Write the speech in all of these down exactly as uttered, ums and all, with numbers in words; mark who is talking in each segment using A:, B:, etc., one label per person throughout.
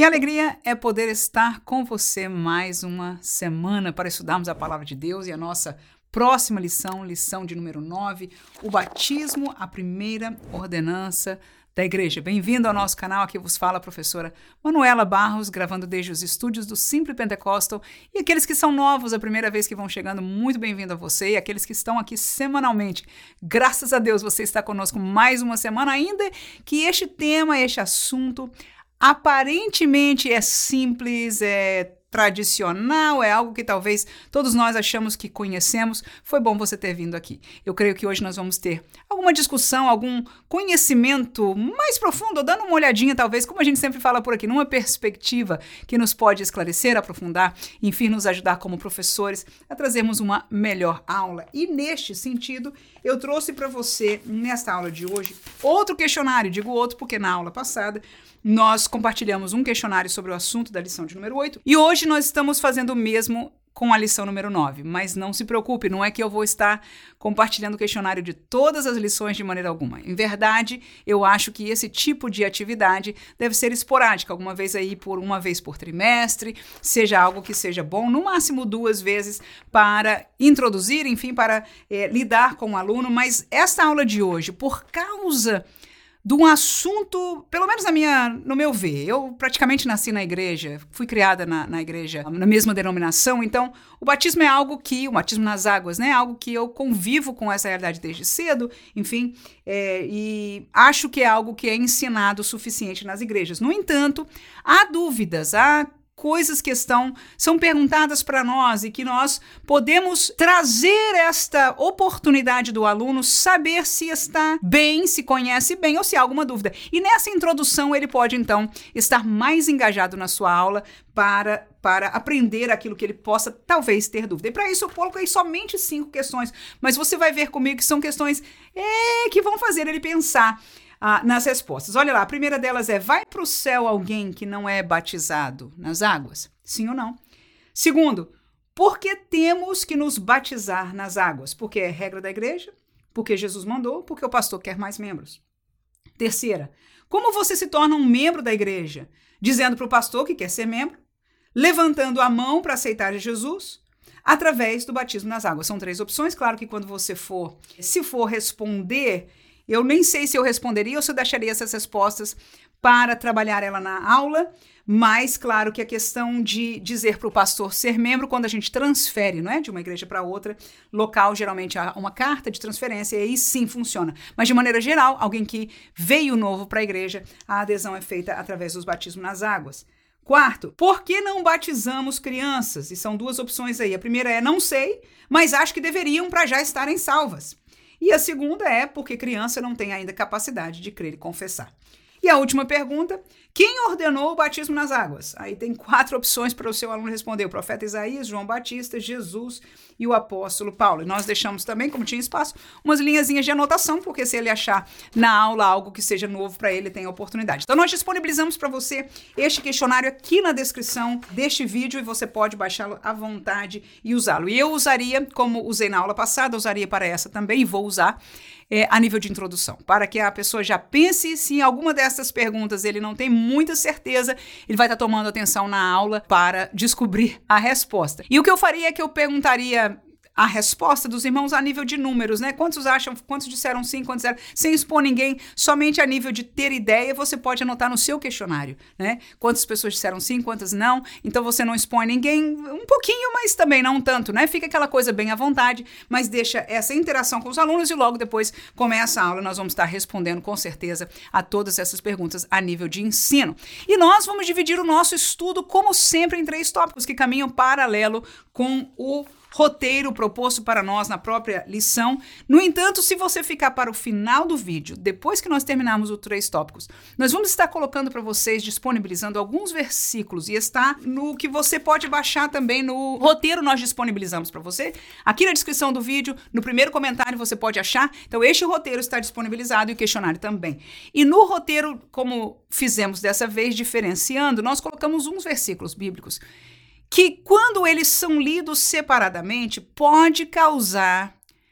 A: Que alegria é poder estar com você mais uma semana para estudarmos a Palavra de Deus e a nossa próxima lição, lição de número nove, o batismo, a primeira ordenança da igreja. Bem-vindo ao nosso canal, aqui vos fala a professora Manuela Barros, gravando desde os estúdios do Simple Pentecostal, e aqueles que são novos, a primeira vez que vão chegando, muito bem-vindo a você, e aqueles que estão aqui semanalmente, graças a Deus você está conosco mais uma semana, ainda que este tema, este assunto, aparentemente é simples, é tradicional, é algo que talvez todos nós achamos que conhecemos. Foi bom você ter vindo aqui. Eu creio que hoje nós vamos ter alguma discussão, algum conhecimento mais profundo, dando uma olhadinha, talvez, como a gente sempre fala por aqui, numa perspectiva que nos pode esclarecer, aprofundar, enfim, nos ajudar como professores a trazermos uma melhor aula. E neste sentido, eu trouxe para você, nesta aula de hoje, outro questionário. Digo outro porque na aula passada nós compartilhamos um questionário sobre o assunto da lição de número oito e hoje nós estamos fazendo o mesmo com a lição número nove, mas não se preocupe, não é que eu vou estar compartilhando o questionário de todas as lições de maneira alguma. Em verdade, eu acho que esse tipo de atividade deve ser esporádica, alguma vez aí por uma vez por trimestre, seja algo que seja bom, no máximo duas vezes para introduzir, enfim, para é, lidar com o aluno, mas esta aula de hoje, por causa de um assunto, pelo menos na minha, no meu ver, eu praticamente nasci na igreja, fui criada na, na igreja, na mesma denominação, então o batismo é algo que, o batismo nas águas, né, é algo que eu convivo com essa realidade desde cedo, enfim, é, e acho que é algo que é ensinado o suficiente nas igrejas. No entanto, há dúvidas, há coisas que estão, são perguntadas para nós e que nós podemos trazer esta oportunidade do aluno saber se está bem, se conhece bem ou se há alguma dúvida. E nessa introdução ele pode então estar mais engajado na sua aula para, para aprender aquilo que ele possa talvez ter dúvida. E para isso eu coloquei somente cinco questões, mas você vai ver comigo que são questões é, que vão fazer ele pensar Ah, nas respostas. Olha lá, a primeira delas é: vai para o céu alguém que não é batizado nas águas? Sim ou não? Segundo, por que temos que nos batizar nas águas? Porque é regra da igreja? Porque Jesus mandou? Porque o pastor quer mais membros? Terceira, como você se torna um membro da igreja? Dizendo para o pastor que quer ser membro, levantando a mão para aceitar Jesus, através do batismo nas águas. São três opções. Claro que quando você for, se for responder, eu nem sei se eu responderia ou se eu deixaria essas respostas para trabalhar ela na aula, mas claro que a questão de dizer para o pastor ser membro, quando a gente transfere, não é, de uma igreja para outra, local, geralmente há uma carta de transferência, e aí sim funciona. Mas de maneira geral, alguém que veio novo para a igreja, a adesão é feita através dos batismos nas águas. Quarto, por que não batizamos crianças? E são duas opções aí. A primeira é: não sei, mas acho que deveriam para já estarem salvas. E a segunda é porque criança não tem ainda capacidade de crer e confessar. E a última pergunta: quem ordenou o batismo nas águas? Aí tem quatro opções para o seu aluno responder: o profeta Isaías, João Batista, Jesus e o apóstolo Paulo. E nós deixamos também, como tinha espaço, umas linhazinhas de anotação, porque se ele achar na aula algo que seja novo para ele, tem a oportunidade. Então nós disponibilizamos para você este questionário aqui na descrição deste vídeo e você pode baixá-lo à vontade e usá-lo. E eu usaria, como usei na aula passada, usaria para essa também e vou usar É, a nível de introdução, para que a pessoa já pense se em alguma dessas perguntas ele não tem muita certeza, ele vai estar tomando atenção na aula para descobrir a resposta. E o que eu faria é que eu perguntaria a resposta dos irmãos a nível de números, né? Quantos acham, quantos disseram sim, quantos disseram, sem expor ninguém, somente a nível de ter ideia, você pode anotar no seu questionário, né? Quantas pessoas disseram sim, quantas não, então você não expõe ninguém, um pouquinho, mas também não tanto, né? Fica aquela coisa bem à vontade, mas deixa essa interação com os alunos e logo depois começa a aula, nós vamos estar respondendo com certeza a todas essas perguntas a nível de ensino. E nós vamos dividir o nosso estudo, como sempre, em três tópicos que caminham paralelo com o roteiro proposto para nós na própria lição. No entanto, se você ficar para o final do vídeo, depois que nós terminarmos os três tópicos, nós vamos estar colocando para vocês, disponibilizando alguns versículos e está no que você pode baixar também no roteiro, nós disponibilizamos para você. Aqui na descrição do vídeo, no primeiro comentário você pode achar. Então este roteiro está disponibilizado e o questionário também. E no roteiro, como fizemos dessa vez, diferenciando, nós colocamos uns versículos bíblicos que, quando eles são lidos separadamente, pode causar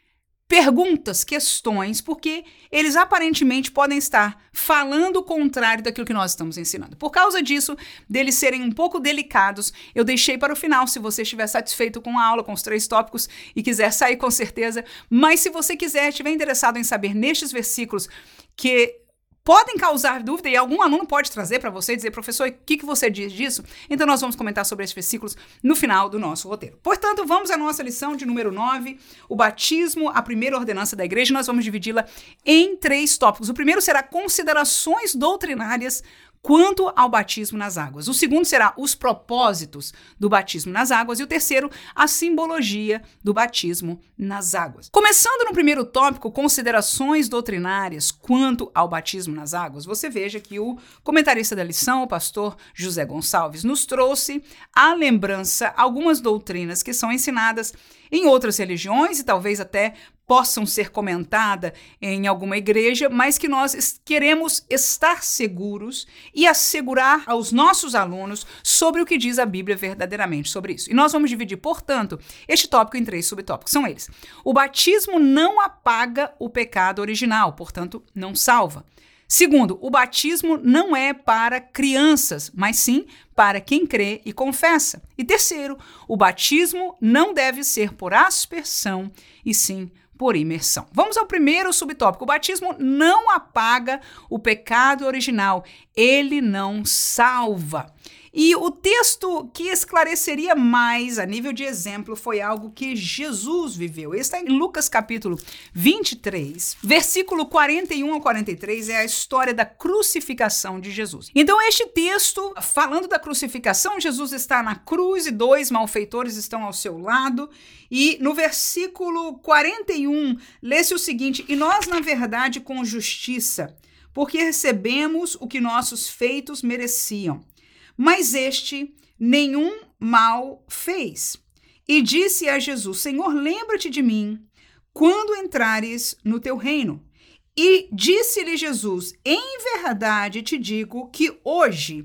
A: perguntas, questões, porque eles aparentemente podem estar falando o contrário daquilo que nós estamos ensinando. Por causa disso, deles serem um pouco delicados, eu deixei para o final, se você estiver satisfeito com a aula, com os três tópicos e quiser sair com certeza. Mas se você quiser, estiver interessado em saber nestes versículos que podem causar dúvida e algum aluno pode trazer para você e dizer, professor, o que, que você diz disso? Então nós vamos comentar sobre esses versículos no final do nosso roteiro. Portanto, vamos à nossa lição de número nove, o batismo, a primeira ordenança da igreja. Nós vamos dividi-la em três tópicos. O primeiro será considerações doutrinárias quanto ao batismo nas águas. O segundo será os propósitos do batismo nas águas. E o terceiro, a simbologia do batismo nas águas. Começando no primeiro tópico, considerações doutrinárias quanto ao batismo nas águas, você veja que o comentarista da lição, o pastor José Gonçalves, nos trouxe à lembrança algumas doutrinas que são ensinadas em outras religiões e talvez até possam ser comentadas em alguma igreja, mas que nós queremos estar seguros e assegurar aos nossos alunos sobre o que diz a Bíblia verdadeiramente sobre isso. E nós vamos dividir, portanto, este tópico em três subtópicos. São eles. O batismo não apaga o pecado original, portanto, não salva. Segundo, o batismo não é para crianças, mas sim para quem crê e confessa. E terceiro, o batismo não deve ser por aspersão, e sim por imersão. Vamos ao primeiro subtópico. O batismo não apaga o pecado original, ele não salva. E o texto que esclareceria mais a nível de exemplo foi algo que Jesus viveu. Está em Lucas capítulo vinte e três, versículo quarenta e um ao quarenta e três, é a história da crucificação de Jesus. Então este texto, falando da crucificação, Jesus está na cruz e dois malfeitores estão ao seu lado. E no versículo quarenta e um, lê-se o seguinte: e nós, na verdade, com justiça, porque recebemos o que nossos feitos mereciam. Mas este nenhum mal fez. E disse a Jesus: Senhor, lembra-te de mim quando entrares no teu reino. E disse-lhe Jesus: em verdade te digo que hoje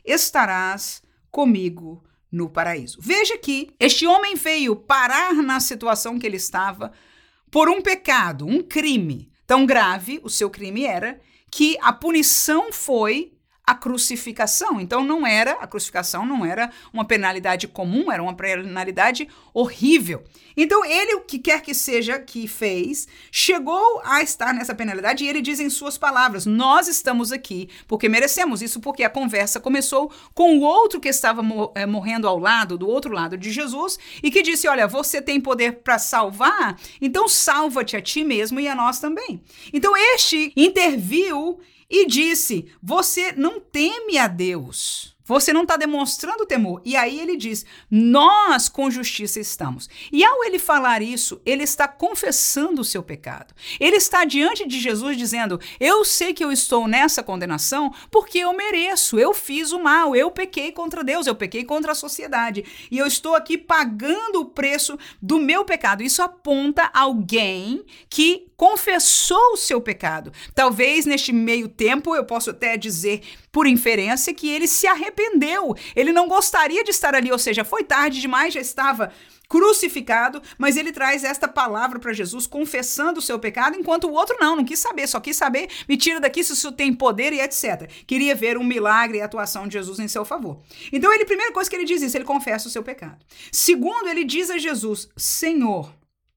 A: estarás comigo no paraíso. Veja que este homem veio parar na situação que ele estava por um pecado, um crime tão grave. O seu crime era que a punição foi a crucificação. Então não era, a crucificação não era uma penalidade comum, era uma penalidade horrível. Então ele, o que quer que seja que fez, chegou a estar nessa penalidade e ele diz em suas palavras: nós estamos aqui porque merecemos isso, porque a conversa começou com o outro que estava morrendo ao lado, do outro lado de Jesus, e que disse: olha, você tem poder para salvar, então salva-te a ti mesmo e a nós também. Então este interviu e disse: você não teme a Deus, você não está demonstrando temor. E aí ele diz: nós com justiça estamos. E ao ele falar isso, ele está confessando o seu pecado. Ele está diante de Jesus dizendo: eu sei que eu estou nessa condenação porque eu mereço, eu fiz o mal, eu pequei contra Deus, eu pequei contra a sociedade. E eu estou aqui pagando o preço do meu pecado. Isso aponta a alguém que confessou o seu pecado. Talvez neste meio tempo eu posso até dizer por inferência que ele se arrependeu. Ele não gostaria de estar ali, ou seja, foi tarde demais, já estava crucificado, mas ele traz esta palavra para Jesus confessando o seu pecado, enquanto o outro não, não quis saber, só quis saber, me tira daqui se isso tem poder e etcétera. Queria ver um milagre e a atuação de Jesus em seu favor. Então, ele, a primeira coisa que ele diz isso, ele confessa o seu pecado. Segundo, ele diz a Jesus: Senhor,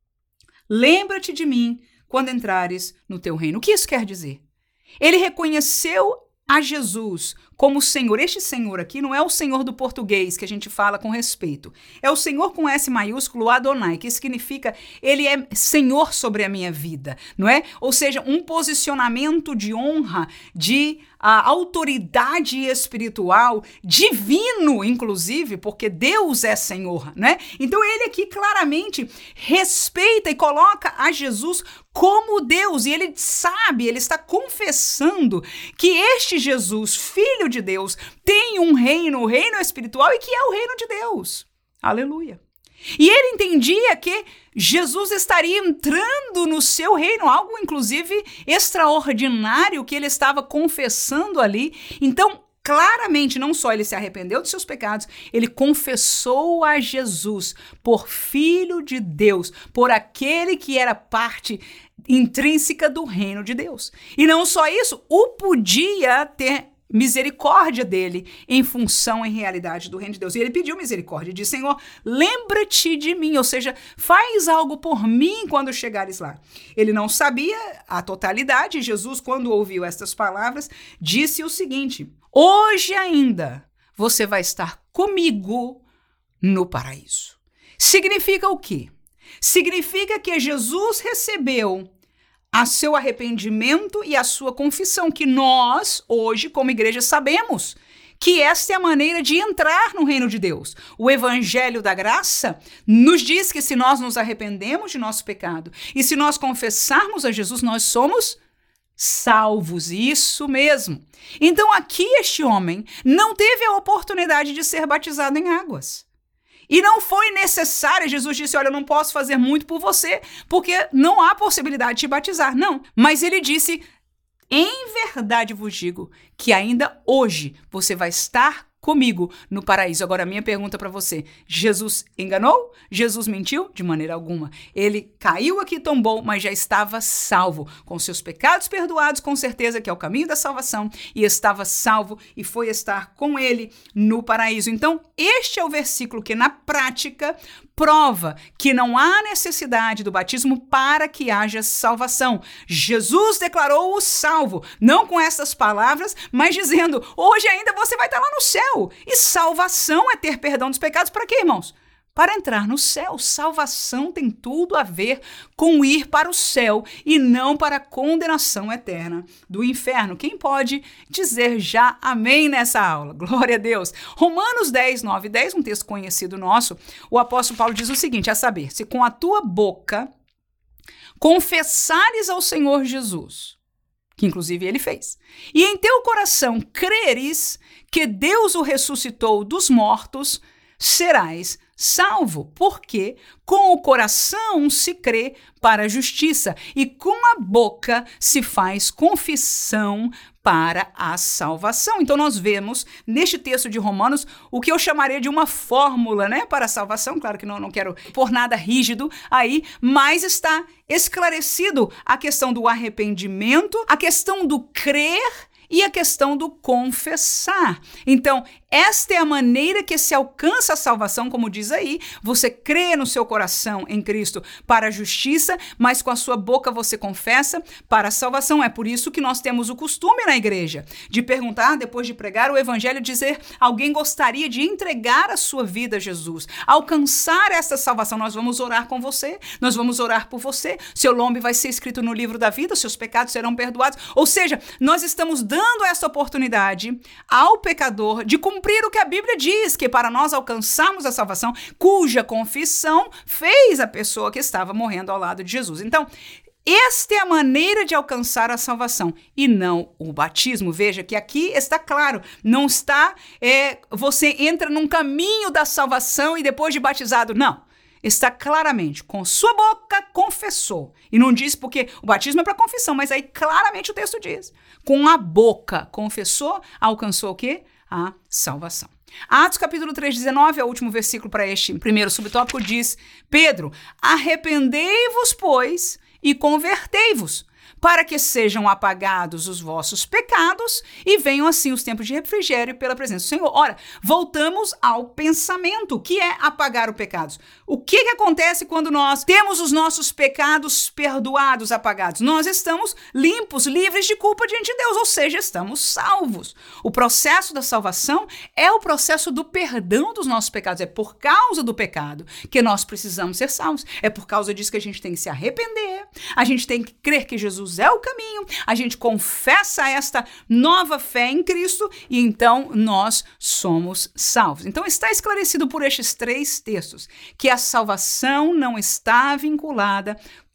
A: lembra-te de mim quando entrares no teu reino. O que isso quer dizer? Ele reconheceu a Jesus como Senhor. Este Senhor aqui não é o Senhor do português que a gente fala com respeito. É o Senhor com S maiúsculo, Adonai, que significa ele é Senhor sobre a minha vida, não é? Ou seja, um posicionamento de honra, de a autoridade espiritual, divino, inclusive, porque Deus é Senhor, né? Então ele aqui claramente respeita e coloca a Jesus como Deus, e ele sabe, ele está confessando que este Jesus, filho de Deus, tem um reino, o reino espiritual, e que é o reino de Deus. Aleluia. E ele entendia que Jesus estaria entrando no seu reino, algo inclusive extraordinário que ele estava confessando ali. Então, claramente, não só ele se arrependeu dos seus pecados, ele confessou a Jesus por Filho de Deus, por aquele que era parte intrínseca do reino de Deus. E não só isso, o podia ter misericórdia dele em função, em realidade, do reino de Deus. E ele pediu misericórdia, disse: Senhor, lembra-te de mim, ou seja, faz algo por mim quando chegares lá. Ele não sabia a totalidade. Jesus, quando ouviu estas palavras, disse o seguinte: hoje ainda você vai estar comigo no paraíso. Significa o quê? Significa que Jesus recebeu a seu arrependimento e a sua confissão, que nós, hoje, como igreja, sabemos que esta é a maneira de entrar no reino de Deus. O evangelho da graça nos diz que se nós nos arrependemos de nosso pecado e se nós confessarmos a Jesus, nós somos salvos, isso mesmo. Então aqui este homem não teve a oportunidade de ser batizado em águas. E não foi necessário. Jesus disse: olha, eu não posso fazer muito por você, porque não há possibilidade de te batizar. Não, mas ele disse: em verdade vos digo que ainda hoje você vai estar comigo no paraíso. Agora, a minha pergunta para você: Jesus enganou? Jesus mentiu? De maneira alguma. Ele caiu aqui, tombou, mas já estava salvo, com seus pecados perdoados, com certeza, que é o caminho da salvação, e estava salvo e foi estar com ele no paraíso. Então, este é o versículo que, na prática, prova que não há necessidade do batismo para que haja salvação. Jesus declarou-o salvo, não com essas palavras, mas dizendo: hoje ainda você vai estar lá no céu. E salvação é ter perdão dos pecados para quê, irmãos? Para entrar no céu. Salvação tem tudo a ver com ir para o céu e não para a condenação eterna do inferno. Quem pode dizer já amém nessa aula? Glória a Deus. Romanos dez, nove e dez, um texto conhecido nosso, o apóstolo Paulo diz o seguinte: a saber, se com a tua boca confessares ao Senhor Jesus, que inclusive ele fez, e em teu coração creres que Deus o ressuscitou dos mortos, serás salvo, porque com o coração se crê para a justiça e com a boca se faz confissão para a salvação. Então nós vemos neste texto de Romanos o que eu chamaria de uma fórmula, né, para a salvação. Claro que não, não quero pôr nada rígido aí, mas está esclarecido a questão do arrependimento, a questão do crer e a questão do confessar. Então, esta é a maneira que se alcança a salvação, como diz aí. Você crê no seu coração em Cristo para a justiça, mas com a sua boca você confessa para a salvação. É por isso que nós temos o costume na igreja de perguntar, depois de pregar o evangelho, dizer: alguém gostaria de entregar a sua vida a Jesus, alcançar esta salvação? Nós vamos orar com você, nós vamos orar por você, seu nome vai ser escrito no livro da vida, seus pecados serão perdoados. Ou seja, nós estamos dando dando essa oportunidade ao pecador de cumprir o que a Bíblia diz, que para nós alcançarmos a salvação, cuja confissão fez a pessoa que estava morrendo ao lado de Jesus. Então, esta é a maneira de alcançar a salvação e não o batismo. Veja que aqui está claro, não está, é, você entra num caminho da salvação e depois de batizado, não. Está claramente, com sua boca confessou. E não diz porque o batismo é para confissão, mas aí claramente o texto diz: com a boca confessou, alcançou o quê? A salvação. Atos capítulo três, dezenove, é o último versículo para este primeiro subtópico, diz: Pedro, arrependei-vos, pois, e convertei-vos, para que sejam apagados os vossos pecados e venham assim os tempos de refrigério pela presença do Senhor. Ora, voltamos ao pensamento, que é apagar os pecados. O que, que acontece quando nós temos os nossos pecados perdoados, apagados? Nós estamos limpos, livres de culpa diante de Deus, ou seja, estamos salvos. O processo da salvação é o processo do perdão dos nossos pecados. É por causa do pecado que nós precisamos ser salvos. É por causa disso que a gente tem que se arrepender, a gente tem que crer que Jesus é o caminho, a gente confessa esta nova fé em Cristo e então nós somos salvos. Então está esclarecido por estes três textos que a salvação não está vinculada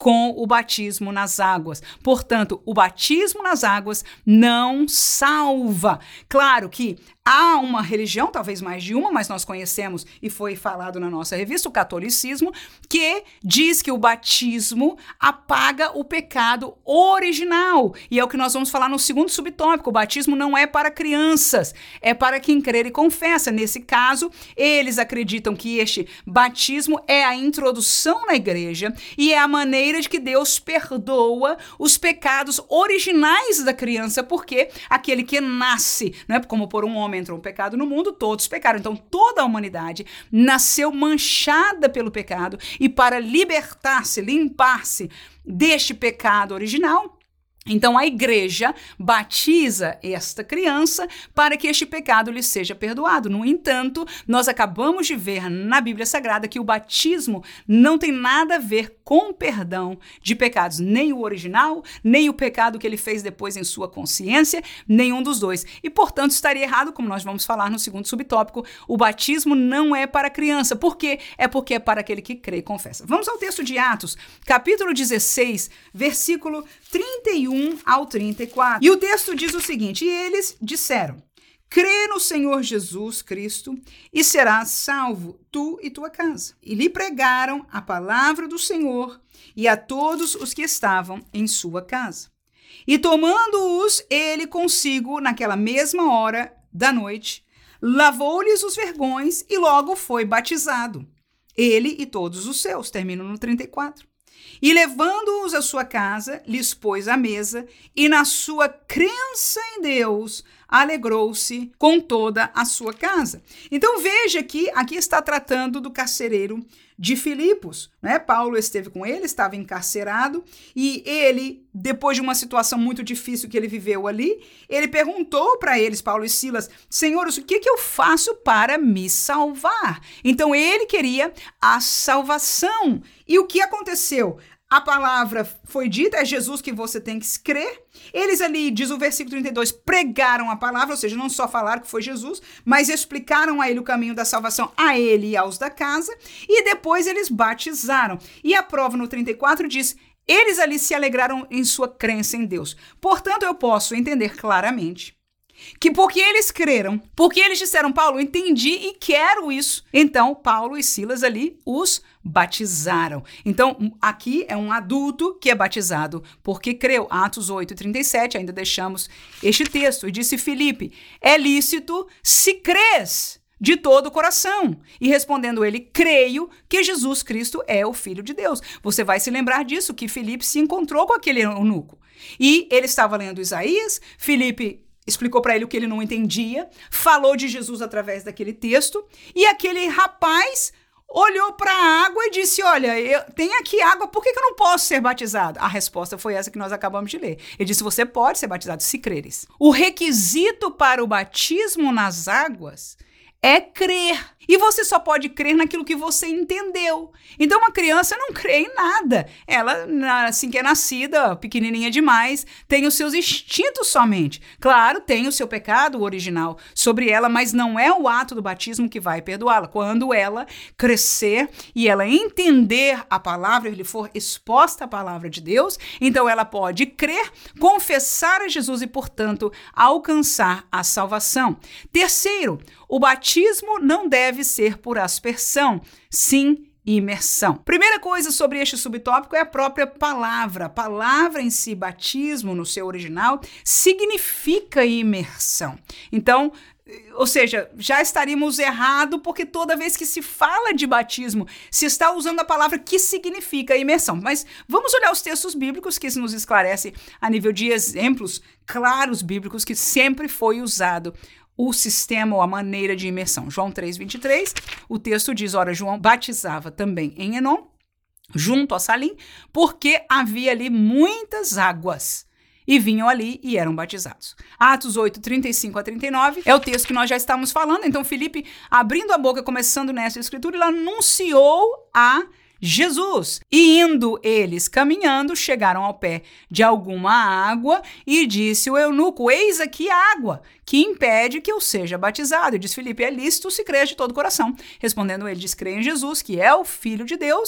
A: com o batismo nas águas. Portanto, o batismo nas águas não salva. Claro que há uma religião, talvez mais de uma, mas nós conhecemos e foi falado na nossa revista, o catolicismo, que diz que o batismo apaga o pecado original. E é o que nós vamos falar no segundo subtópico. O batismo não é para crianças, é para quem crer e confessa. Nesse caso, eles acreditam que este batismo é a introdução na igreja e é a maneira de que Deus perdoa os pecados originais da criança, porque aquele que nasce, não é como por um homem entrou um pecado no mundo, todos pecaram. Então, toda a humanidade nasceu manchada pelo pecado e para libertar-se, limpar-se deste pecado original, então a igreja batiza esta criança para que este pecado lhe seja perdoado. No entanto, nós acabamos de ver na Bíblia Sagrada que o batismo não tem nada a ver com o perdão de pecados, nem o original, nem o pecado que ele fez depois em sua consciência, nenhum dos dois. E, portanto, estaria errado, como nós vamos falar no segundo subtópico, o batismo não é para criança. Por quê? É porque é para aquele que crê e confessa. Vamos ao texto de Atos, capítulo dezesseis, versículo trinta e um ao trinta e quatro. E o texto diz o seguinte: e eles disseram: crê no Senhor Jesus Cristo e serás salvo, tu e tua casa. E lhe pregaram a palavra do Senhor e a todos os que estavam em sua casa. E tomando-os ele consigo naquela mesma hora da noite, lavou-lhes os vergões e logo foi batizado, ele e todos os seus. Termino no trinta e quatro. E levando-os à sua casa, lhes pôs à mesa, e na sua crença em Deus, alegrou-se com toda a sua casa. Então veja que aqui está tratando do carcereiro de Filipos, né? Paulo esteve com ele, estava encarcerado, e ele, depois de uma situação muito difícil que ele viveu ali, ele perguntou para eles, Paulo e Silas: senhores, o que, que eu faço para me salvar? Então ele queria a salvação. E o que aconteceu? A palavra foi dita, é Jesus que você tem que crer. Eles ali, diz o versículo trinta e dois, pregaram a palavra, ou seja, não só falaram que foi Jesus, mas explicaram a ele o caminho da salvação, a ele e aos da casa, e depois eles batizaram. E a prova no trinta e quatro diz: eles ali se alegraram em sua crença em Deus. Portanto, eu posso entender claramente que porque eles creram, porque eles disseram: Paulo, entendi e quero isso, então Paulo e Silas ali os batizaram. Então, aqui é um adulto que é batizado porque creu. Atos oito, trinta e sete, ainda deixamos este texto. E disse Filipe: é lícito se crês de todo o coração. E respondendo ele: creio que Jesus Cristo é o Filho de Deus. Você vai se lembrar disso, que Filipe se encontrou com aquele eunuco. E ele estava lendo Isaías, Filipe explicou para ele o que ele não entendia, falou de Jesus através daquele texto, e aquele rapaz olhou para a água e disse: olha, eu tenho aqui água, por que, que eu não posso ser batizado? A resposta foi essa que nós acabamos de ler. Ele disse: você pode ser batizado se creres. O requisito para o batismo nas águas é crer. E você só pode crer naquilo que você entendeu. Então, uma criança não crê em nada. Ela, assim que é nascida, pequenininha demais, tem os seus instintos somente. Claro, tem o seu pecado original sobre ela, mas não é o ato do batismo que vai perdoá-la. Quando ela crescer e ela entender a palavra, ele for exposta à palavra de Deus, então ela pode crer, confessar a Jesus e, portanto, alcançar a salvação. Terceiro, o batismo não deve ser por aspersão, sim imersão. Primeira coisa sobre este subtópico é a própria palavra. A palavra em si, batismo, no seu original, significa imersão. Então, ou seja, já estaríamos errados porque toda vez que se fala de batismo, se está usando a palavra que significa imersão. Mas vamos olhar os textos bíblicos que nos esclarece a nível de exemplos claros bíblicos que sempre foi usado o sistema ou a maneira de imersão. João três, vinte e três, o texto diz: ora, João batizava também em Enom, junto a Salim, porque havia ali muitas águas, e vinham ali e eram batizados. Atos oito, trinta e cinco a trinta e nove, é o texto que nós já estamos falando. Então, Filipe, abrindo a boca, começando nessa escritura, ele anunciou a Jesus. E indo eles caminhando, chegaram ao pé de alguma água e disse o eunuco: eis aqui a água, que impede que eu seja batizado. E diz Filipe: é lícito se crer de todo o coração. Respondendo ele, diz: creio em Jesus, que é o Filho de Deus.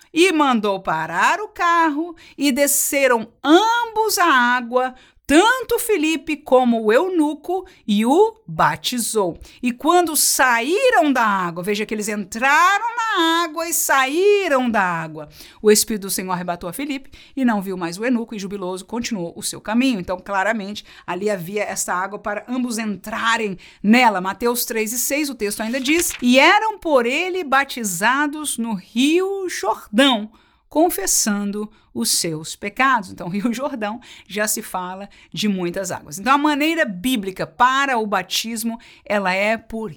A: e mandou parar o carro e desceram ambos à água, tanto Filipe como o eunuco, e o batizou. E quando saíram da água, veja que eles entraram na água e saíram da água, o Espírito do Senhor arrebatou a Filipe e não viu mais o eunuco, e jubiloso continuou o seu caminho. Então, claramente, ali havia essa água para ambos entrarem nela. Mateus três e seis, o texto ainda diz: e eram por ele batizados no rio Jordão, confessando os seus pecados. Então, Rio Jordão já se fala de muitas águas. Então, a maneira bíblica para o batismo, ela é por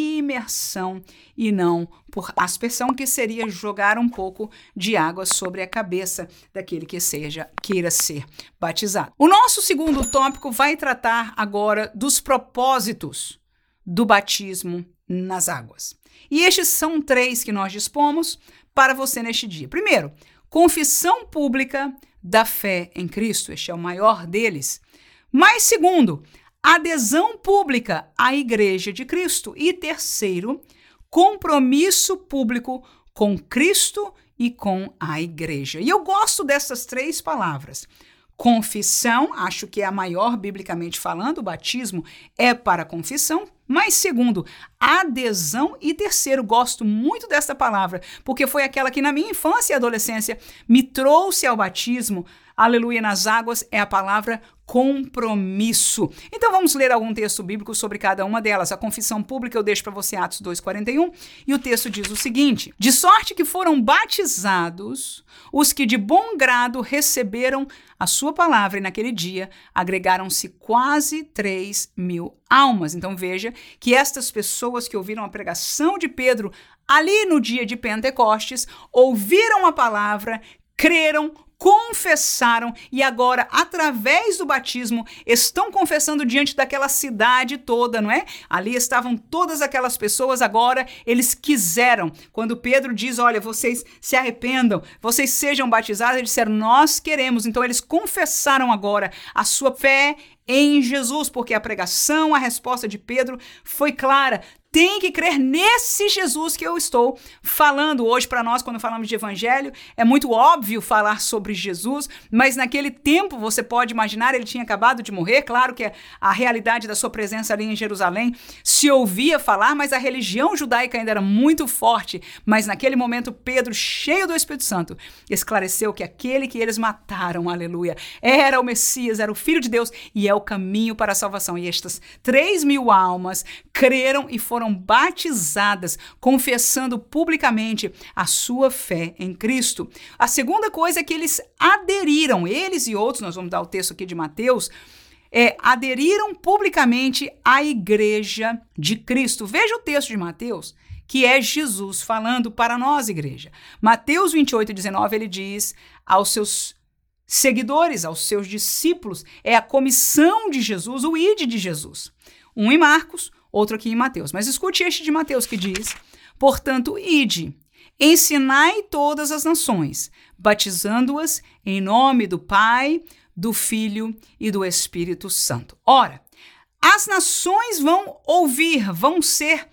A: imersão e não por aspersão, que seria jogar um pouco de água sobre a cabeça daquele que seja queira ser batizado. O nosso segundo tópico vai tratar agora dos propósitos do batismo nas águas. E estes são três que nós dispomos para você neste dia. Primeiro, confissão pública da fé em Cristo. Este é o maior deles. Mas segundo, adesão pública à Igreja de Cristo. E terceiro, compromisso público com Cristo e com a Igreja. E eu gosto dessas três palavras. Confissão, acho que é a maior biblicamente falando, o batismo é para confissão. Mas segundo, adesão, e terceiro, gosto muito dessa palavra, porque foi aquela que na minha infância e adolescência me trouxe ao batismo, aleluia, nas águas, é a palavra compromisso. Então vamos ler algum texto bíblico sobre cada uma delas. A confissão pública eu deixo para você, Atos dois, quarenta e um, e o texto diz o seguinte: de sorte que foram batizados os que de bom grado receberam a sua palavra, e naquele dia agregaram-se quase três mil almas. Então veja que estas pessoas que ouviram a pregação de Pedro ali no dia de Pentecostes, ouviram a palavra, creram, confessaram e agora, através do batismo, estão confessando diante daquela cidade toda, não é? Ali estavam todas aquelas pessoas, agora eles quiseram. Quando Pedro diz, olha, vocês se arrependam, vocês sejam batizados, eles disseram, nós queremos. Então eles confessaram agora a sua fé em Jesus, porque a pregação, a resposta de Pedro foi clara. Tem que crer nesse Jesus que eu estou falando hoje para nós. Quando falamos de evangelho, é muito óbvio falar sobre Jesus, mas naquele tempo, você pode imaginar, ele tinha acabado de morrer. Claro que a realidade da sua presença ali em Jerusalém se ouvia falar, mas a religião judaica ainda era muito forte. Mas naquele momento, Pedro, cheio do Espírito Santo, esclareceu que aquele que eles mataram, aleluia, era o Messias, era o Filho de Deus e é o caminho para a salvação. E estas três mil almas creram e foram batizadas, confessando publicamente a sua fé em Cristo. A segunda coisa é que eles aderiram, eles e outros, nós vamos dar o texto aqui de Mateus, é, aderiram publicamente à Igreja de Cristo. Veja o texto de Mateus, que é Jesus falando para nós, igreja. Mateus vinte e oito, dezenove, ele diz aos seus seguidores, aos seus discípulos, é a comissão de Jesus, o ide de Jesus. Um em Marcos, outro aqui em Mateus. Mas escute este de Mateus que diz, portanto, ide, ensinai todas as nações, batizando-as em nome do Pai, do Filho e do Espírito Santo. Ora, as nações vão ouvir, vão ser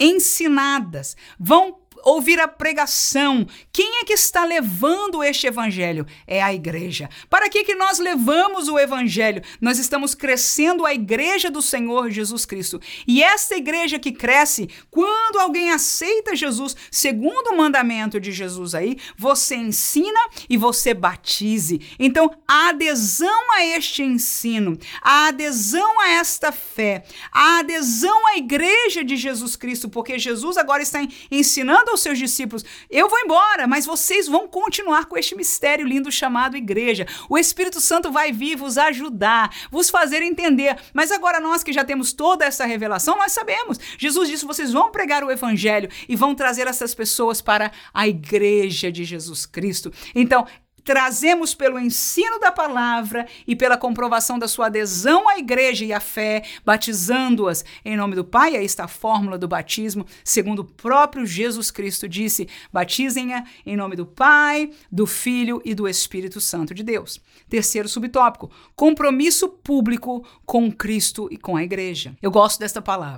A: ensinadas, vão ouvir a pregação. Quem é que está levando este evangelho? É a igreja. Para que que nós levamos o evangelho? Nós estamos crescendo a igreja do Senhor Jesus Cristo. E esta igreja que cresce, quando alguém aceita Jesus, segundo o mandamento de Jesus aí, você ensina e você batize. Então, a adesão a este ensino, a adesão a esta fé, a adesão à igreja de Jesus Cristo, porque Jesus agora está ensinando aos seus discípulos, eu vou embora, mas vocês vão continuar com este mistério lindo chamado igreja. O Espírito Santo vai vir vos ajudar, vos fazer entender. Mas agora nós que já temos toda essa revelação, nós sabemos. Jesus disse, vocês vão pregar o evangelho e vão trazer essas pessoas para a igreja de Jesus Cristo. Então, trazemos pelo ensino da palavra e pela comprovação da sua adesão à igreja e à fé, batizando-as em nome do Pai. Aí está a fórmula do batismo, segundo o próprio Jesus Cristo disse, batizem-a em nome do Pai, do Filho e do Espírito Santo de Deus. Terceiro subtópico, compromisso público com Cristo e com a igreja. Eu gosto desta palavra.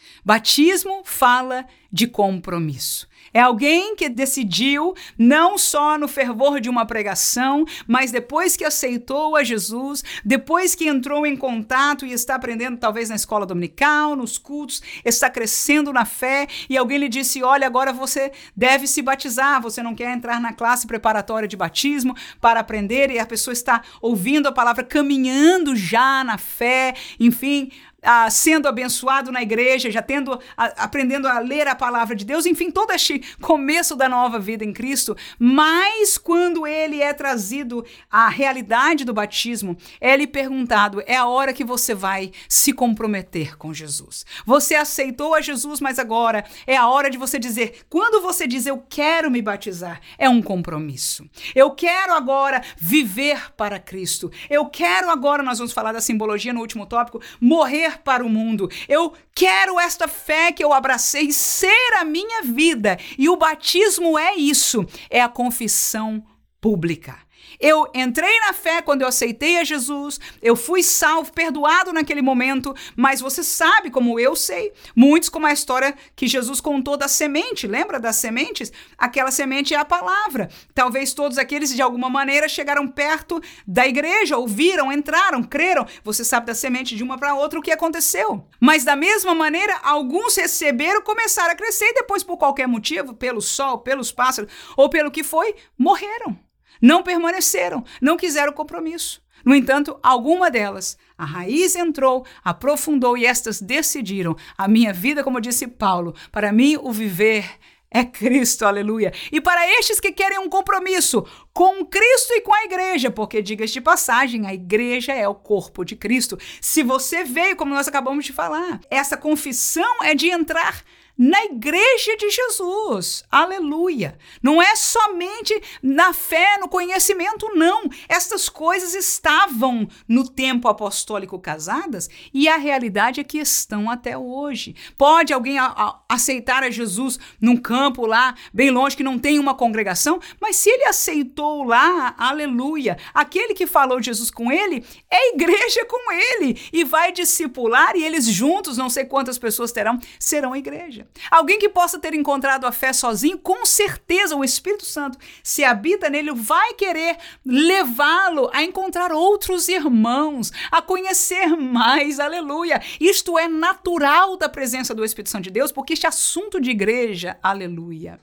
A: Batismo fala de compromisso. É alguém que decidiu, não só no fervor de uma pregação, mas depois que aceitou a Jesus, depois que entrou em contato e está aprendendo talvez na escola dominical, nos cultos, está crescendo na fé e alguém lhe disse, olha, agora você deve se batizar, você não quer entrar na classe preparatória de batismo para aprender e a pessoa está ouvindo a palavra, caminhando já na fé, enfim, Ah, sendo abençoado na igreja, já tendo, a, aprendendo a ler a palavra de Deus, enfim, todo este começo da nova vida em Cristo, mas quando ele é trazido à realidade do batismo, é lhe perguntado, é a hora que você vai se comprometer com Jesus. Você aceitou a Jesus, mas agora é a hora de você dizer, quando você diz eu quero me batizar, é um compromisso. Eu quero agora viver para Cristo. Eu quero agora, nós vamos falar da simbologia no último tópico, morrer para o mundo. Eu quero esta fé que eu abracei ser a minha vida. E o batismo é isso, é a confissão pública. Eu entrei na fé quando eu aceitei a Jesus, eu fui salvo, perdoado naquele momento, mas você sabe, como eu sei, muitos como a história que Jesus contou da semente, lembra das sementes? Aquela semente é a palavra. Talvez todos aqueles de alguma maneira chegaram perto da igreja, ouviram, entraram, creram. Você sabe da semente de uma para outra o que aconteceu. Mas da mesma maneira, alguns receberam, começaram a crescer e depois por qualquer motivo, pelo sol, pelos pássaros ou pelo que foi, morreram. Não permaneceram, não quiseram compromisso. No entanto, alguma delas, a raiz entrou, aprofundou e estas decidiram. A minha vida, como disse Paulo, para mim o viver é Cristo, aleluia. E para estes que querem um compromisso com Cristo e com a igreja, porque diga-se de passagem, a igreja é o corpo de Cristo. Se você veio, como nós acabamos de falar, essa confissão é de entrar na igreja de Jesus, aleluia. Não é somente na fé, no conhecimento, não. Estas coisas estavam no tempo apostólico casadas e a realidade é que estão até hoje. Pode alguém a, a, aceitar a Jesus num campo lá, bem longe, que não tem uma congregação, mas se ele aceitou lá, aleluia, aquele que falou de Jesus com ele, é a igreja com ele e vai discipular e eles juntos, não sei quantas pessoas terão, serão a igreja. Alguém que possa ter encontrado a fé sozinho, com certeza o Espírito Santo, se habita nele, vai querer levá-lo a encontrar outros irmãos, a conhecer mais, aleluia. Isto é natural da presença do Espírito Santo de Deus, porque este assunto de igreja, aleluia,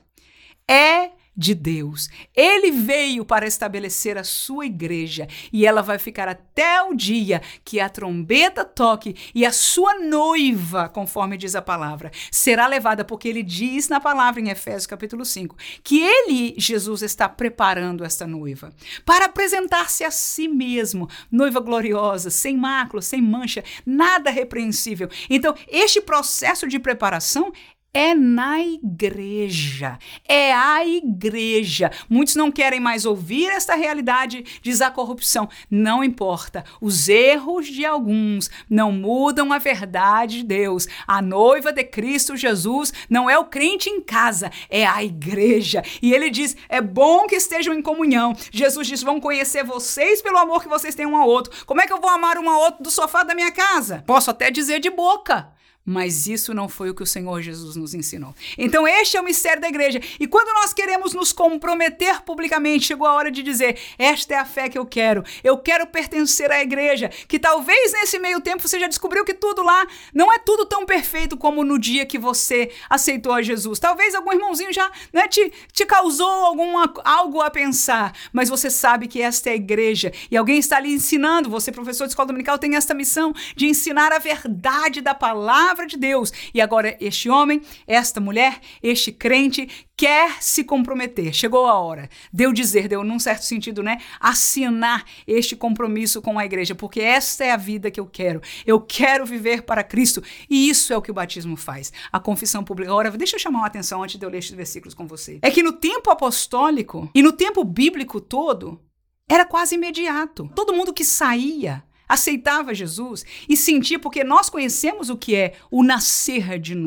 A: é de Deus. Ele veio para estabelecer a sua igreja e ela vai ficar até o dia que a trombeta toque e a sua noiva, conforme diz a palavra, será levada, porque ele diz na palavra em Efésios capítulo cinco, que ele, Jesus, está preparando esta noiva para apresentar-se a si mesmo, noiva gloriosa, sem mácula, sem mancha, nada repreensível. Então, este processo de preparação é na igreja, é a igreja. Muitos não querem mais ouvir esta realidade, diz a corrupção. Não importa, os erros de alguns não mudam a verdade de Deus. A noiva de Cristo Jesus não é o crente em casa, é a igreja. E ele diz, é bom que estejam em comunhão. Jesus diz, vão conhecer vocês pelo amor que vocês têm um ao outro. Como é que eu vou amar um ao outro do sofá da minha casa? Posso até dizer de boca, mas isso não foi o que o Senhor Jesus nos ensinou. Então este é o mistério da igreja. E quando nós queremos nos comprometer publicamente, chegou a hora de dizer, esta é a fé que eu quero. Eu quero pertencer à igreja. Que talvez nesse meio tempo você já descobriu que tudo lá não é tudo tão perfeito como no dia que você aceitou a Jesus. Talvez algum irmãozinho já, né, te, te causou alguma, algo a pensar. Mas você sabe que esta é a igreja. E alguém está lhe ensinando. Você, professor de escola dominical, tem esta missão de ensinar a verdade da palavra de Deus. E agora este homem, esta mulher, este crente quer se comprometer. Chegou a hora. Deu dizer, deu num certo sentido, né? Assinar este compromisso com a igreja, porque esta é a vida que eu quero. Eu quero viver para Cristo. E isso é o que o batismo faz. A confissão pública. Agora, deixa eu chamar uma atenção antes de eu ler estes versículos com você. É que no tempo apostólico e no tempo bíblico todo, era quase imediato. Todo mundo que saía aceitava Jesus e sentia, porque nós conhecemos o que é o nascer de novo.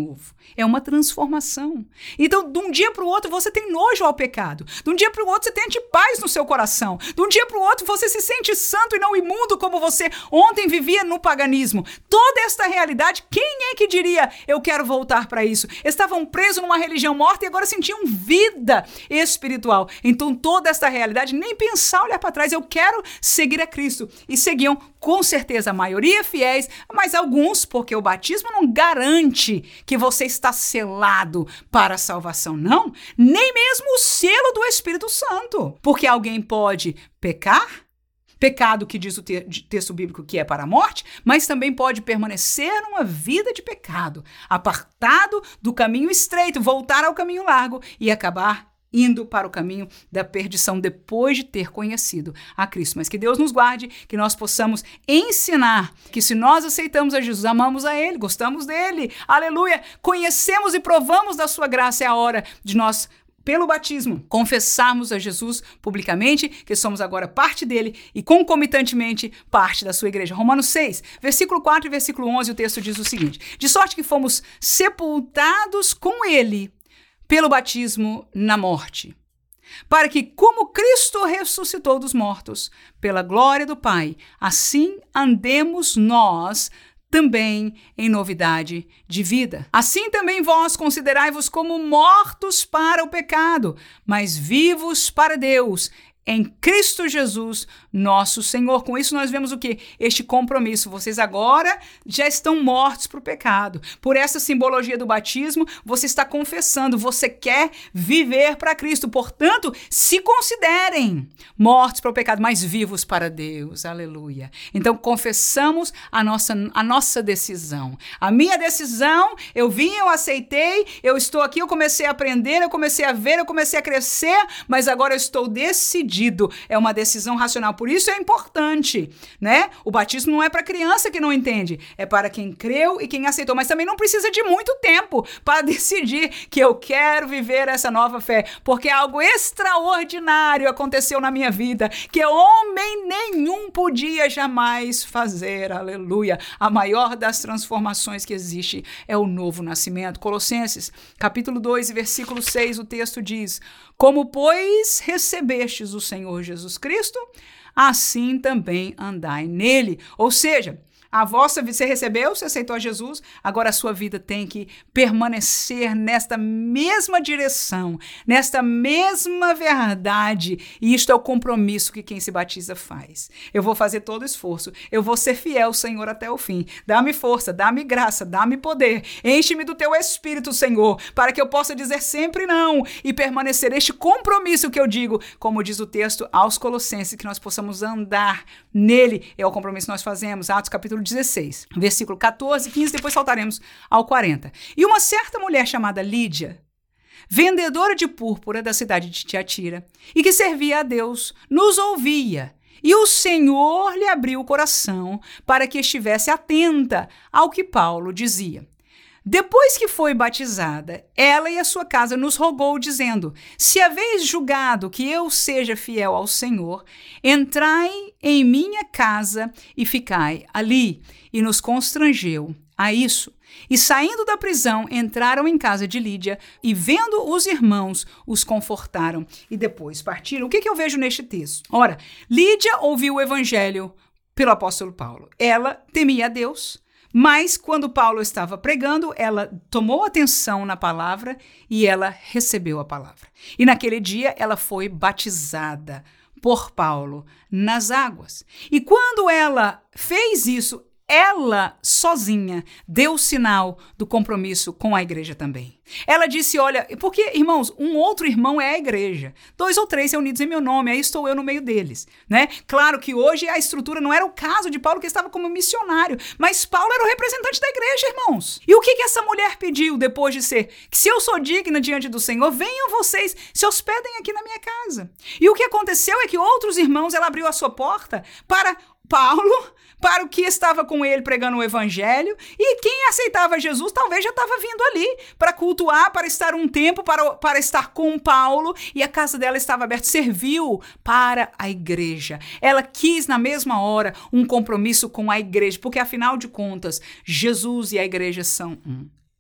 A: É uma transformação. Então, de um dia para o outro, você tem nojo ao pecado. De um dia para o outro, você tem antipaz no seu coração. De um dia para o outro, você se sente santo e não imundo como você ontem vivia no paganismo. Toda esta realidade, quem é que diria, eu quero voltar para isso? Estavam presos numa religião morta e agora sentiam vida espiritual. Então, toda esta realidade, nem pensar, olhar para trás, eu quero seguir a Cristo. E seguiam, com certeza, a maioria fiéis, mas alguns, porque o batismo não garante que você está selado para a salvação, não. Nem mesmo o selo do Espírito Santo. Porque alguém pode pecar, pecado que diz o te- texto bíblico que é para a morte, mas também pode permanecer numa vida de pecado, apartado do caminho estreito, voltar ao caminho largo e acabar indo para o caminho da perdição depois de ter conhecido a Cristo. Mas que Deus nos guarde, que nós possamos ensinar que se nós aceitamos a Jesus, amamos a Ele, gostamos dEle, aleluia, conhecemos e provamos da sua graça, é a hora de nós, pelo batismo, confessarmos a Jesus publicamente, que somos agora parte dele e concomitantemente parte da sua igreja. Romanos seis, versículo quatro e versículo onze, o texto diz o seguinte: de sorte que fomos sepultados com ele pelo batismo na morte, para que, como Cristo ressuscitou dos mortos, pela glória do Pai, assim andemos nós também em novidade de vida. Assim também vós considerai-vos como mortos para o pecado, mas vivos para Deus, em Cristo Jesus, nosso Senhor. Com isso nós vemos o quê? Este compromisso. Vocês agora já estão mortos para o pecado. Por essa simbologia do batismo, você está confessando, você quer viver para Cristo. Portanto, se considerem mortos para o pecado, mas vivos para Deus. Aleluia. Então, confessamos a nossa, a nossa decisão. A minha decisão, eu vim, eu aceitei, eu estou aqui, eu comecei a aprender, eu comecei a ver, eu comecei a crescer, mas agora eu estou decidido. É uma decisão racional. Por isso é importante, né? O batismo não é para criança que não entende, é para quem creu e quem aceitou. Mas também não precisa de muito tempo para decidir que eu quero viver essa nova fé, porque algo extraordinário aconteceu na minha vida, que homem nenhum podia jamais fazer. Aleluia! A maior das transformações que existe é o novo nascimento. Colossenses, capítulo dois, versículo seis, o texto diz: como, pois, recebestes o Senhor Jesus Cristo, assim também andai nele. Ou seja, a vossa vida, você recebeu, você aceitou a Jesus, agora a sua vida tem que permanecer nesta mesma direção, nesta mesma verdade. E isto é o compromisso que quem se batiza faz. Eu vou fazer todo o esforço, eu vou ser fiel, Senhor, até o fim. Dá-me força, dá-me graça, dá-me poder. Enche-me do teu Espírito, Senhor, para que eu possa dizer sempre não e permanecer este compromisso que eu digo, como diz o texto aos Colossenses, que nós possamos andar nele. É o compromisso que nós fazemos. Atos capítulo dezesseis, versículo catorze, quinze, depois saltaremos ao quarenta. E uma certa mulher chamada Lídia, vendedora de púrpura da cidade de Tiatira, e que servia a Deus, nos ouvia, e o Senhor lhe abriu o coração para que estivesse atenta ao que Paulo dizia. Depois que foi batizada, ela e a sua casa nos rogou, dizendo: se haveis julgado que eu seja fiel ao Senhor, entrai em minha casa e ficai ali. E nos constrangeu a isso. E saindo da prisão, entraram em casa de Lídia e, vendo os irmãos, os confortaram e depois partiram. O que, que eu vejo neste texto? Ora, Lídia ouviu o evangelho pelo apóstolo Paulo. Ela temia a Deus. Mas, quando Paulo estava pregando, ela tomou atenção na palavra e ela recebeu a palavra. E naquele dia, ela foi batizada por Paulo nas águas. E quando ela fez isso, ela sozinha deu o sinal do compromisso com a igreja também. Ela disse, olha, porque, irmãos, um outro irmão é a igreja. Dois ou três reunidos em meu nome, aí estou eu no meio deles, né? Claro que hoje a estrutura não era o caso de Paulo, que estava como missionário, mas Paulo era o representante da igreja, irmãos. E o que, que essa mulher pediu depois de ser? Que se eu sou digna diante do Senhor, venham vocês, se hospedem aqui na minha casa. E o que aconteceu é que outros irmãos, ela abriu a sua porta para Paulo, para o que estava com ele pregando o evangelho, e quem aceitava Jesus talvez já estava vindo ali para cultuar, para estar um tempo, para, para estar com Paulo, e a casa dela estava aberta, serviu para a igreja. Ela quis na mesma hora um compromisso com a igreja, porque afinal de contas, Jesus e a igreja são um.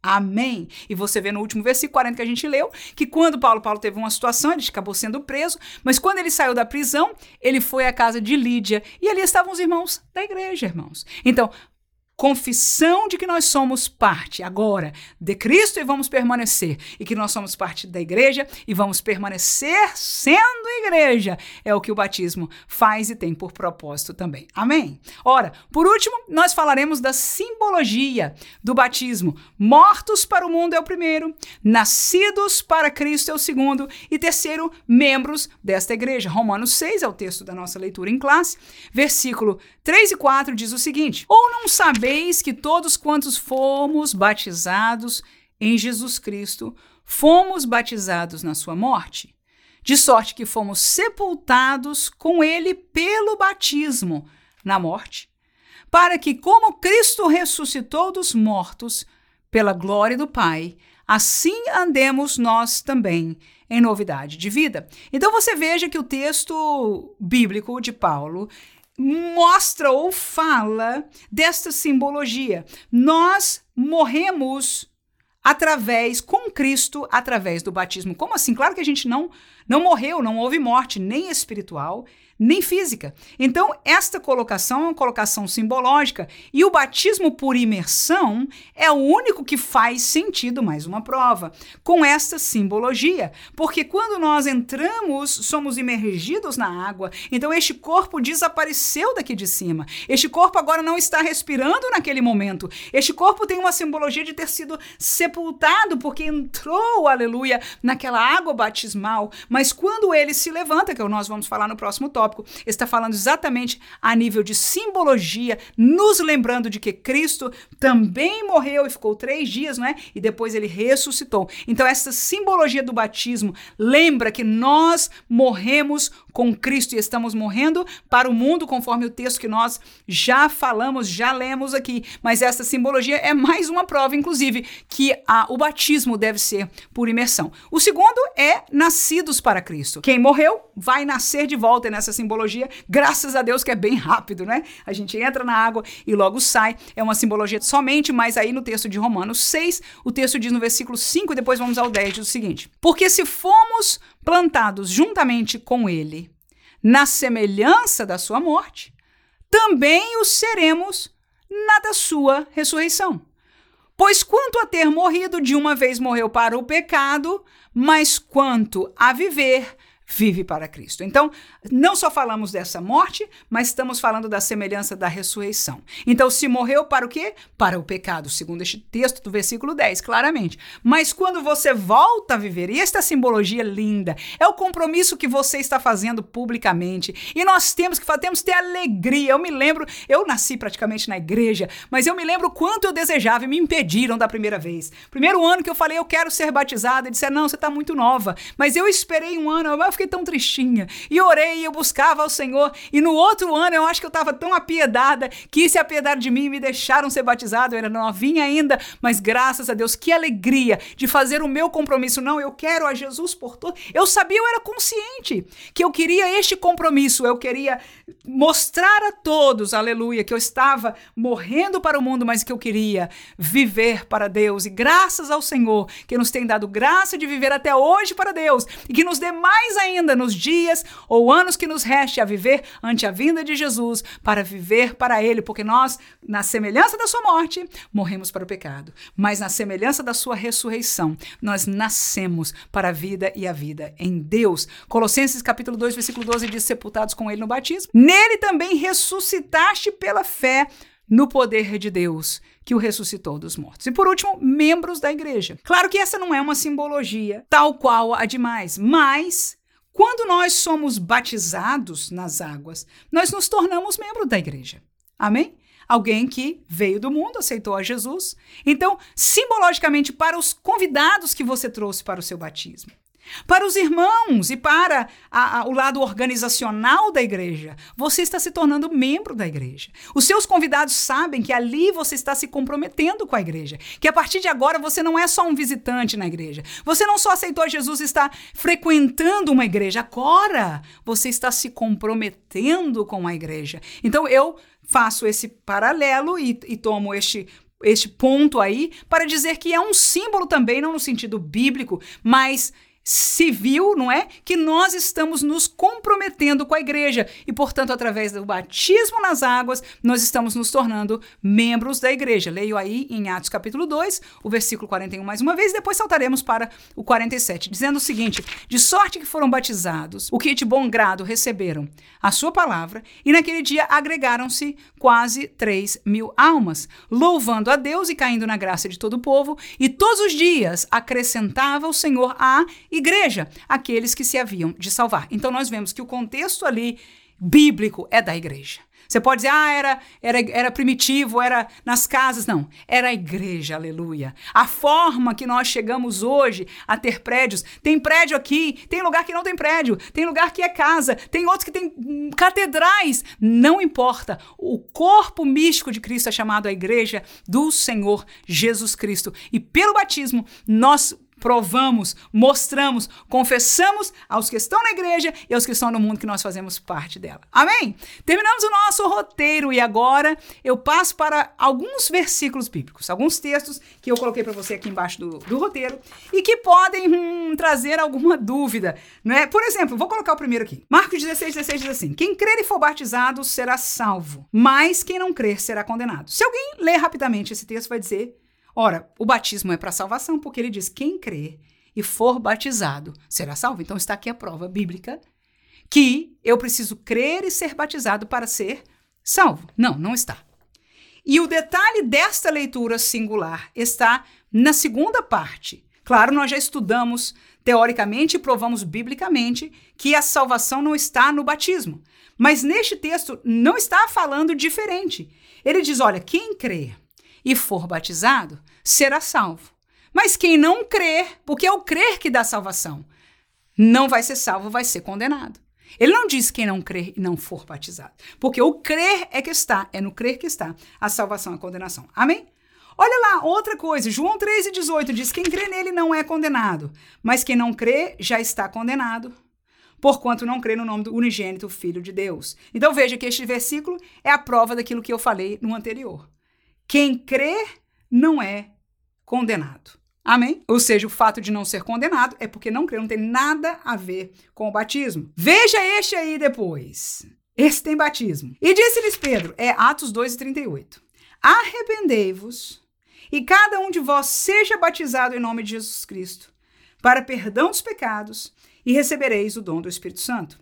A: Amém. E você vê no último versículo quarenta que a gente leu, que quando Paulo, Paulo teve uma situação, ele acabou sendo preso, mas quando ele saiu da prisão, ele foi à casa de Lídia, e ali estavam os irmãos da igreja, irmãos. Então, confissão de que nós somos parte agora de Cristo e vamos permanecer, e que nós somos parte da igreja e vamos permanecer sendo igreja, é o que o batismo faz e tem por propósito também. Amém? Ora, por último, nós falaremos da simbologia do batismo. Mortos para o mundo é o primeiro, nascidos para Cristo é o segundo, e terceiro, membros desta igreja. Romanos seis é o texto da nossa leitura em classe, versículo três e quatro diz o seguinte: ou não sabeis que todos quantos fomos batizados em Jesus Cristo, fomos batizados na sua morte? De sorte que fomos sepultados com ele pelo batismo na morte, para que, como Cristo ressuscitou dos mortos pela glória do Pai, assim andemos nós também em novidade de vida. Então você veja que o texto bíblico de Paulo mostra ou fala desta simbologia. Nós morremos através, com Cristo, através do batismo. Como assim? Claro que a gente não, não morreu, não houve morte, nem espiritual, nem física. Então, esta colocação é uma colocação simbológica, e o batismo por imersão é o único que faz sentido, mais uma prova, com esta simbologia. Porque quando nós entramos, somos imergidos na água, então este corpo desapareceu daqui de cima. Este corpo agora não está respirando naquele momento. Este corpo tem uma simbologia de ter sido sepultado, porque entrou, aleluia, naquela água batismal. Mas quando ele se levanta, que nós vamos falar no próximo tópico, está falando exatamente a nível de simbologia, nos lembrando de que Cristo também morreu e ficou três dias, não é? E depois ele ressuscitou. Então, essa simbologia do batismo lembra que nós morremos com Cristo e estamos morrendo para o mundo, conforme o texto que nós já falamos, já lemos aqui. Mas essa simbologia é mais uma prova, inclusive, que a, o batismo deve ser por imersão. O segundo é nascidos para Cristo. Quem morreu vai nascer de volta nessa simbologia, graças a Deus que é bem rápido, né? A gente entra na água e logo sai. É uma simbologia somente, mas aí no texto de Romanos seis, o texto diz no versículo cinco, e depois vamos ao dez, diz o seguinte: porque se fomos plantados juntamente com ele na semelhança da sua morte, também o seremos na da sua ressurreição. Pois quanto a ter morrido, de uma vez morreu para o pecado, mas quanto a viver, vive para Cristo. Então, não só falamos dessa morte, mas estamos falando da semelhança da ressurreição. Então, se morreu para o quê? Para o pecado, segundo este texto do versículo dez, claramente. Mas quando você volta a viver, e esta simbologia linda, é o compromisso que você está fazendo publicamente, e nós temos que, temos que ter alegria. Eu me lembro, eu nasci praticamente na igreja, mas eu me lembro o quanto eu desejava e me impediram da primeira vez. Primeiro ano que eu falei, eu quero ser batizada, e disseram, não, você está muito nova. Mas eu esperei um ano, eu fiquei tão tristinha, e orei, eu buscava ao Senhor, e no outro ano eu acho que eu estava tão apiedada, que se apiedaram de mim e me deixaram ser batizado. Eu era novinha ainda, mas graças a Deus, que alegria de fazer o meu compromisso. Não, eu quero a Jesus por todo. Eu sabia, eu era consciente que eu queria este compromisso, eu queria mostrar a todos, aleluia, que eu estava morrendo para o mundo, mas que eu queria viver para Deus, e graças ao Senhor, que nos tem dado graça de viver até hoje para Deus, e que nos dê mais ainda nos dias ou anos que nos reste a viver ante a vinda de Jesus, para viver para Ele, porque nós, na semelhança da sua morte, morremos para o pecado, mas na semelhança da sua ressurreição, nós nascemos para a vida e a vida em Deus. Colossenses capítulo dois, versículo doze diz, sepultados com Ele no batismo, nele também ressuscitaste pela fé no poder de Deus, que o ressuscitou dos mortos. E por último, membros da igreja. Claro que essa não é uma simbologia tal qual a demais, mas quando nós somos batizados nas águas, nós nos tornamos membros da igreja. Amém? Alguém que veio do mundo, aceitou a Jesus. Então, simbologicamente, para os convidados que você trouxe para o seu batismo, para os irmãos e para a, a, o lado organizacional da igreja, você está se tornando membro da igreja. Os seus convidados sabem que ali você está se comprometendo com a igreja, que a partir de agora você não é só um visitante na igreja, você não só aceitou Jesus e está frequentando uma igreja, agora você está se comprometendo com a igreja. Então eu faço esse paralelo e, e tomo este este ponto aí para dizer que é um símbolo também, não no sentido bíblico, mas civil, não é? Que nós estamos nos comprometendo com a igreja e, portanto, através do batismo nas águas, nós estamos nos tornando membros da igreja. Leio aí em Atos capítulo dois, o versículo quarenta e um mais uma vez, e depois saltaremos para o quarenta e sete, dizendo o seguinte: de sorte que foram batizados, o que de bom grado receberam a sua palavra, e naquele dia agregaram-se quase três mil almas, louvando a Deus e caindo na graça de todo o povo, e todos os dias acrescentava o Senhor a igreja, aqueles que se haviam de salvar. Então nós vemos que o contexto ali bíblico é da igreja. Você pode dizer, ah, era, era, era primitivo, era nas casas. Não, era a igreja, aleluia. A forma que nós chegamos hoje a ter prédios, tem prédio aqui, tem lugar que não tem prédio, tem lugar que é casa, tem outros que tem hum, catedrais. Não importa, o corpo místico de Cristo é chamado a igreja do Senhor Jesus Cristo. E pelo batismo, nós provamos, mostramos, confessamos aos que estão na igreja e aos que estão no mundo que nós fazemos parte dela. Amém? Terminamos o nosso roteiro e agora eu passo para alguns versículos bíblicos, alguns textos que eu coloquei para você aqui embaixo do, do roteiro e que podem hum, trazer alguma dúvida, não é? Por exemplo, vou colocar o primeiro aqui. Marcos dezesseis, dezesseis diz assim: quem crer e for batizado será salvo, mas quem não crer será condenado. Se alguém ler rapidamente esse texto, vai dizer: ora, o batismo é para salvação, porque ele diz, quem crer e for batizado será salvo. Então está aqui a prova bíblica que eu preciso crer e ser batizado para ser salvo. Não, não está. E o detalhe desta leitura singular está na segunda parte. Claro, nós já estudamos teoricamente e provamos biblicamente que a salvação não está no batismo. Mas neste texto não está falando diferente. Ele diz, olha, quem crer e for batizado, será salvo. Mas quem não crer, porque é o crer que dá salvação, não vai ser salvo, vai ser condenado. Ele não diz quem não crer e não for batizado, porque o crer é que está, é no crer que está a salvação e a condenação. Amém? Olha lá, outra coisa, João três, dezoito diz, quem crê nele não é condenado, mas quem não crê já está condenado, porquanto não crê no nome do unigênito Filho de Deus. Então veja que este versículo é a prova daquilo que eu falei no anterior. Quem crê não é condenado. Amém? Ou seja, o fato de não ser condenado é porque não crê, não tem nada a ver com o batismo. Veja este aí depois. Esse tem batismo. E disse-lhes Pedro, é Atos dois, trinta e oito. Arrependei-vos e cada um de vós seja batizado em nome de Jesus Cristo para perdão dos pecados e recebereis o dom do Espírito Santo.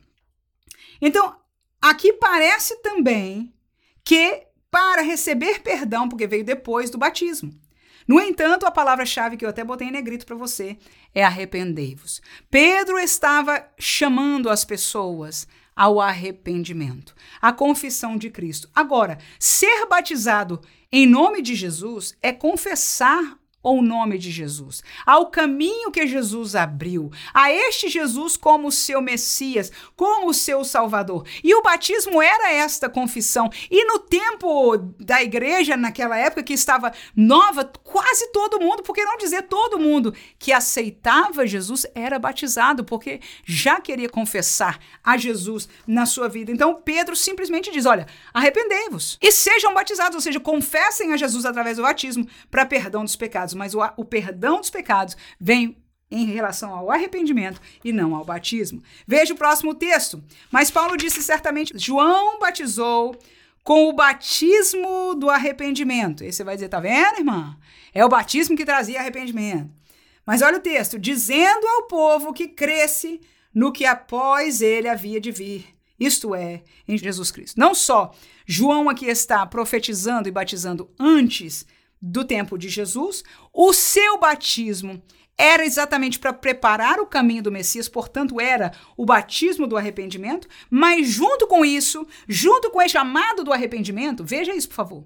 A: Então, aqui parece também que para receber perdão, porque veio depois do batismo. No entanto, a palavra-chave que eu até botei em negrito para você é arrependei-vos. Pedro estava chamando as pessoas ao arrependimento, à confissão de Cristo. Agora, ser batizado em nome de Jesus é confessar o nome de Jesus, ao caminho que Jesus abriu, a este Jesus como seu Messias, como seu Salvador. E o batismo era esta confissão. E no tempo da igreja, naquela época que estava nova, quase todo mundo, por que não dizer todo mundo, que aceitava Jesus era batizado, porque já queria confessar a Jesus na sua vida. Então Pedro simplesmente diz, olha, arrependei-vos e sejam batizados, ou seja, confessem a Jesus através do batismo para perdão dos pecados. Mas o, o perdão dos pecados vem em relação ao arrependimento e não ao batismo. Veja o próximo texto. Mas Paulo disse certamente, João batizou com o batismo do arrependimento. E você vai dizer, tá vendo, irmã? É o batismo que trazia arrependimento. Mas olha o texto, dizendo ao povo que cresce no que após ele havia de vir, isto é, em Jesus Cristo. Não só João aqui está profetizando e batizando antes do tempo de Jesus, o seu batismo era exatamente para preparar o caminho do Messias, portanto era o batismo do arrependimento, mas junto com isso, junto com esse chamado do arrependimento, veja isso por favor,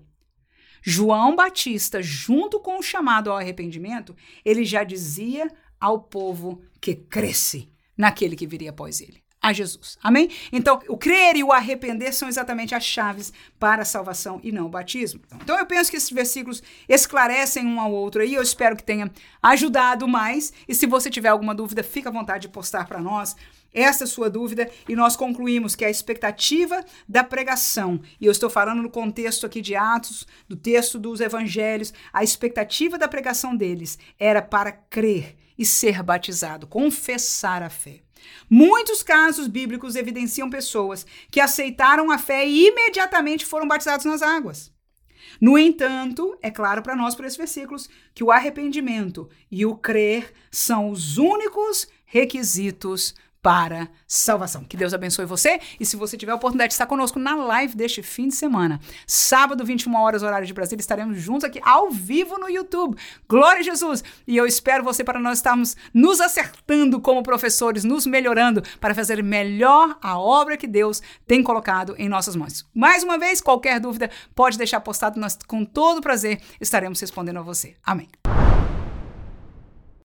A: João Batista, junto com o chamado ao arrependimento, ele já dizia ao povo que cresce naquele que viria após ele. a Jesus. Amém? Então, o crer e o arrepender são exatamente as chaves para a salvação e não o batismo. Então, eu penso que esses versículos esclarecem um ao outro aí. Eu espero que tenha ajudado mais. E se você tiver alguma dúvida, fica à vontade de postar para nós essa sua dúvida. E nós concluímos que a expectativa da pregação, e eu estou falando no contexto aqui de Atos, do texto dos evangelhos, a expectativa da pregação deles era para crer e ser batizado, confessar a fé. Muitos casos bíblicos evidenciam pessoas que aceitaram a fé e imediatamente foram batizados nas águas. No entanto, é claro para nós por esses versículos que o arrependimento e o crer são os únicos requisitos para salvação. Que Deus abençoe você, e se você tiver a oportunidade de estar conosco na live deste fim de semana, sábado, vinte e uma horas, horário de Brasília, estaremos juntos aqui ao vivo no YouTube. Glória a Jesus! E eu espero você para nós estarmos nos acertando como professores, nos melhorando para fazer melhor a obra que Deus tem colocado em nossas mãos. Mais uma vez, qualquer dúvida pode deixar postado, nós com todo prazer estaremos respondendo a você. Amém.